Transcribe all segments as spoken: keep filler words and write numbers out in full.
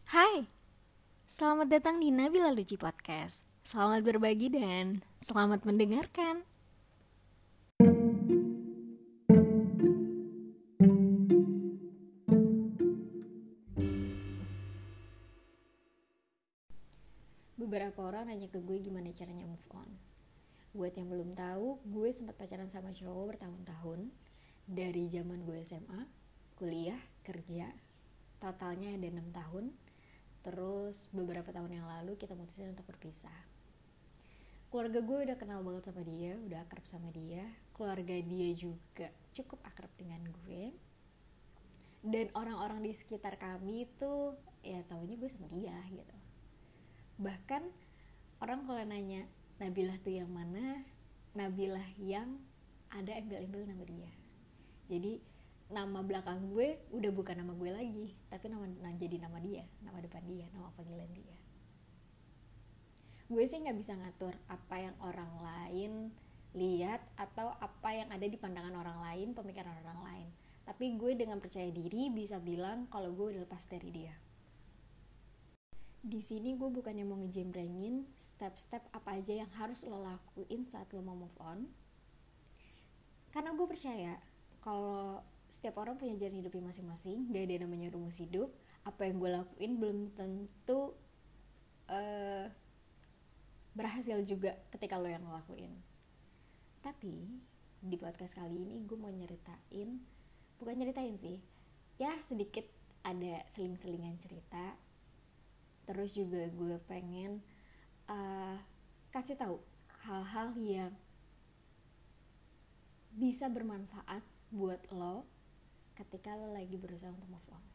Hai, selamat datang di Nabila Luci Podcast. Selamat berbagi dan selamat mendengarkan. Beberapa orang nanya ke gue gimana caranya move on. Buat yang belum tahu, gue sempat pacaran sama cowok bertahun-tahun. Dari zaman gue S M A, kuliah, kerja. Totalnya ada enam tahun. Terus beberapa tahun yang lalu kita mutusin untuk berpisah. Keluarga gue udah kenal banget sama dia, udah akrab sama dia. Keluarga dia juga cukup akrab dengan gue. Dan orang-orang di sekitar kami itu ya taunya gue sama dia gitu. Bahkan orang kalau nanya Nabilah tuh yang mana, Nabilah yang ada embel-embel nama dia. Jadi nama belakang gue udah bukan nama gue lagi, tapi nama nah, jadi nama dia, nama depan dia, nama panggilan dia. Gue sih nggak bisa ngatur apa yang orang lain lihat atau apa yang ada di pandangan orang lain, pemikiran orang lain. Tapi gue dengan percaya diri bisa bilang kalau gue udah lepas dari dia. Di sini gue bukannya mau ngejembrengin step-step apa aja yang harus lo lakuin saat lo mau move on. Karena gue percaya kalau setiap orang punya jalan hidupnya masing-masing, gak ada namanya rumus hidup. Apa yang gue lakuin belum tentu uh, berhasil juga ketika lo yang ngelakuin. Tapi di podcast kali ini gue mau nyeritain, bukan nyeritain sih, ya sedikit ada seling-selingan cerita. Terus juga gue pengen uh, kasih tahu hal-hal yang bisa bermanfaat buat lo ketika lo lagi berusaha untuk move on.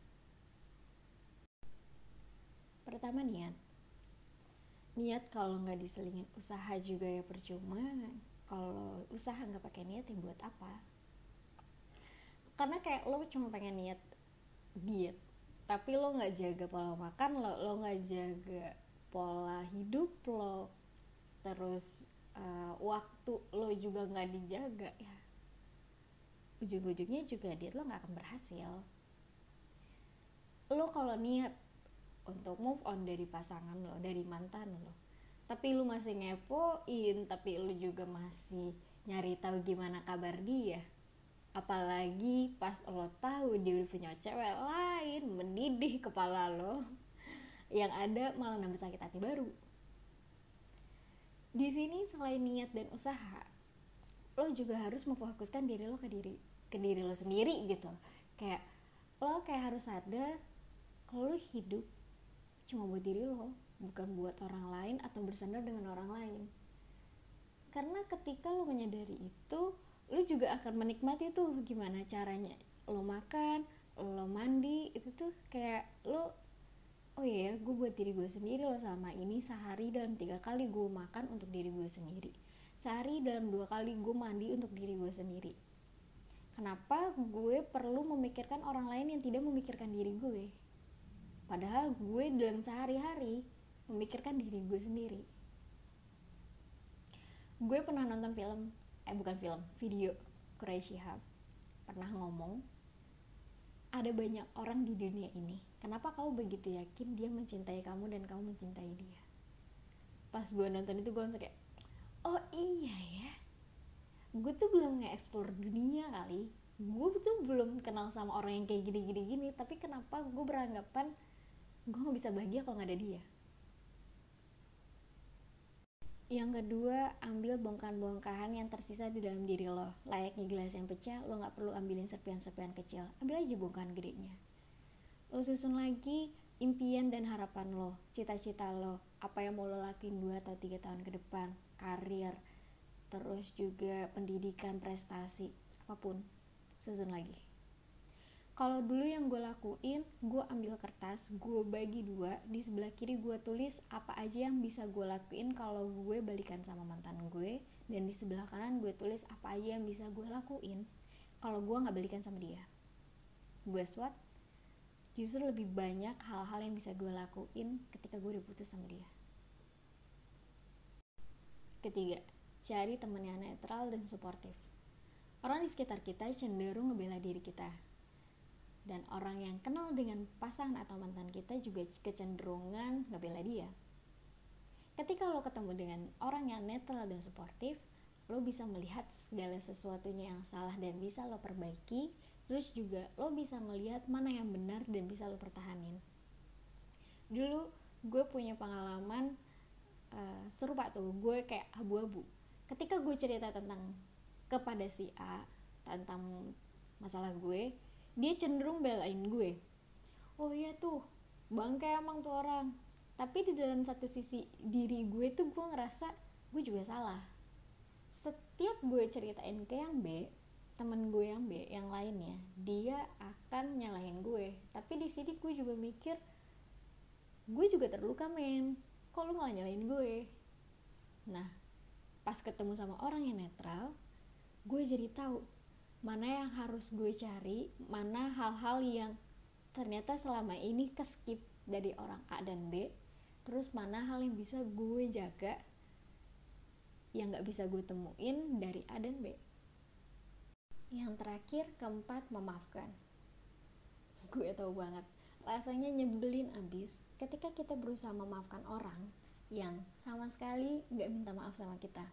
Pertama, niat. Niat kalau nggak diselingin usaha juga ya percuma. Kalau usaha nggak pakai niat ya buat apa? Karena kayak lo cuma pengen niat diet, tapi lo nggak jaga pola makan lo, lo nggak jaga pola hidup lo, terus uh, waktu lo juga nggak dijaga, ya ujung-ujungnya juga diet lo nggak akan berhasil. Lo kalau niat untuk move on dari pasangan lo, dari mantan lo, tapi lo masih ngepoin, tapi lo juga masih nyari tahu gimana kabar dia, apalagi pas lo tahu dia udah punya cewek lain, mendidih kepala lo, yang ada malah nambah sakit hati baru. Di sini selain niat dan usaha, lo juga harus memfokuskan diri lo ke diri ke diri lo sendiri gitu. Kayak lo kayak harus sadar kalau lo hidup cuma buat diri lo, bukan buat orang lain atau bersandar dengan orang lain. Karena ketika lo menyadari itu, lo juga akan menikmati tuh gimana caranya lo makan, lo mandi, itu tuh kayak lo, oh iya gue buat diri gue sendiri lo. Sama ini sehari dalam tiga kali gue makan untuk diri gue sendiri, sehari dalam dua kali gue mandi untuk diri gue sendiri. Kenapa gue perlu memikirkan orang lain yang tidak memikirkan diri gue? Padahal gue dalam sehari-hari memikirkan diri gue sendiri. Gue pernah nonton film, eh bukan film, video Quraish Shihab pernah ngomong, ada banyak orang di dunia ini, kenapa kamu begitu yakin dia mencintai kamu dan kamu mencintai dia? Pas gue nonton itu gue langsung kayak, oh iya ya, gue tuh belum nge-explore dunia kali, gue tuh belum kenal sama orang yang kayak gini-gini gini, tapi kenapa gue beranggapan gue gak bisa bahagia kalau gak ada dia. Yang kedua, ambil bongkahan-bongkahan yang tersisa di dalam diri lo. Layaknya gelas yang pecah, lo gak perlu ambilin serpihan-serpihan kecil, ambil aja bongkahan gedenya. Lo susun lagi impian dan harapan lo, cita-cita lo, apa yang mau lo lakuin dua atau tiga tahun ke depan, karir, terus juga pendidikan, prestasi, apapun, susun lagi. Kalau dulu yang gue lakuin, gue ambil kertas, gue bagi dua, di sebelah kiri gue tulis apa aja yang bisa gue lakuin kalau gue balikan sama mantan gue, dan di sebelah kanan gue tulis apa aja yang bisa gue lakuin kalau gue gak balikan sama dia. Gue swat, justru lebih banyak hal-hal yang bisa gue lakuin ketika gue udah putus sama dia. Ketiga, cari teman yang netral dan suportif. Orang di sekitar kita cenderung ngebela diri kita. Dan orang yang kenal dengan pasangan atau mantan kita juga kecenderungan ngebela dia. Ketika lo ketemu dengan orang yang netral dan suportif, lo bisa melihat segala sesuatunya yang salah dan bisa lo perbaiki. Terus juga lo bisa melihat mana yang benar dan bisa lo pertahanin. Dulu gue punya pengalaman uh, serupa tuh, gue kayak abu-abu. Ketika gue cerita tentang kepada si A tentang masalah gue, dia cenderung belain gue. Oh iya tuh, bangke emang tuh orang. Tapi di dalam satu sisi diri gue tuh gue ngerasa gue juga salah. Setiap gue ceritain ke yang B, temen gue yang B, yang lainnya, dia akan nyalahin gue. Tapi di sini gue juga mikir, gue juga terluka men, kok lu malah nyalahin gue. Nah, pas ketemu sama orang yang netral, gue jadi tahu mana yang harus gue cari, mana hal-hal yang ternyata selama ini keskip dari orang A dan B, terus mana hal yang bisa gue jaga yang gak bisa gue temuin dari A dan B. Yang terakhir, keempat, memaafkan. Gue tahu banget rasanya nyebelin abis ketika kita berusaha memaafkan orang yang sama sekali gak minta maaf sama kita.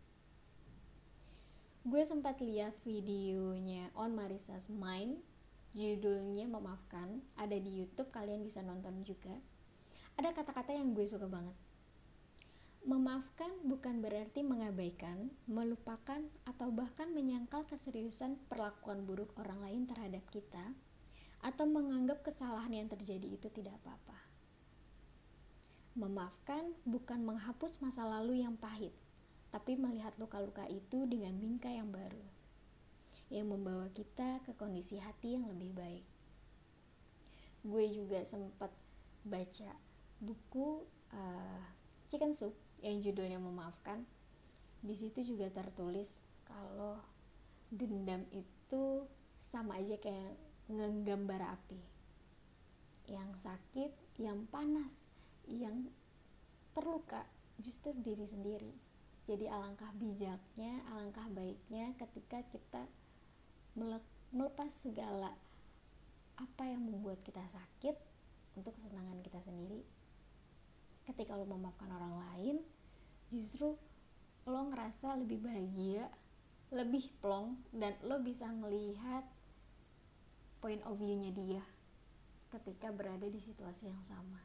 Gue sempat lihat videonya On Marisa's Mind, judulnya Memaafkan, ada di YouTube, kalian bisa nonton juga. Ada kata-kata yang gue suka banget. Memaafkan bukan berarti mengabaikan, melupakan, atau bahkan menyangkal keseriusan perlakuan buruk orang lain terhadap kita, atau menganggap kesalahan yang terjadi itu tidak apa-apa. Memaafkan bukan menghapus masa lalu yang pahit, tapi melihat luka-luka itu dengan bingkai yang baru, yang membawa kita ke kondisi hati yang lebih baik. Gue juga sempat baca buku uh, Chicken Soup yang judulnya Memaafkan. Di situ juga tertulis kalau dendam itu sama aja kayak ngegenggam bara api, yang sakit, yang panas, yang terluka justru diri sendiri. Jadi alangkah bijaknya, alangkah baiknya ketika kita melepas segala apa yang membuat kita sakit untuk kesenangan kita sendiri. Ketika lo memaafkan orang lain, justru lo ngerasa lebih bahagia, lebih plong, dan lo bisa melihat point of view-nya dia ketika berada di situasi yang sama.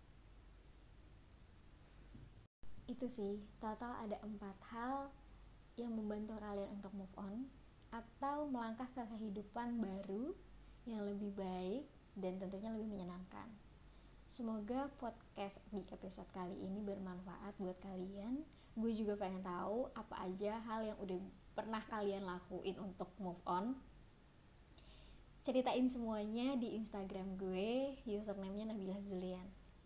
Itu sih, total ada empat hal yang membantu kalian untuk move on atau melangkah ke kehidupan baru yang lebih baik dan tentunya lebih menyenangkan. Semoga podcast di episode kali ini bermanfaat buat kalian. Gue juga pengen tahu apa aja hal yang udah pernah kalian lakuin untuk move on. Ceritain semuanya di Instagram gue, username-nya Nabila Zulian.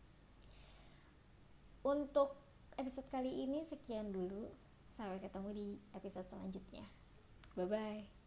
Untuk episode kali ini sekian dulu. Sampai ketemu di episode selanjutnya. Bye-bye.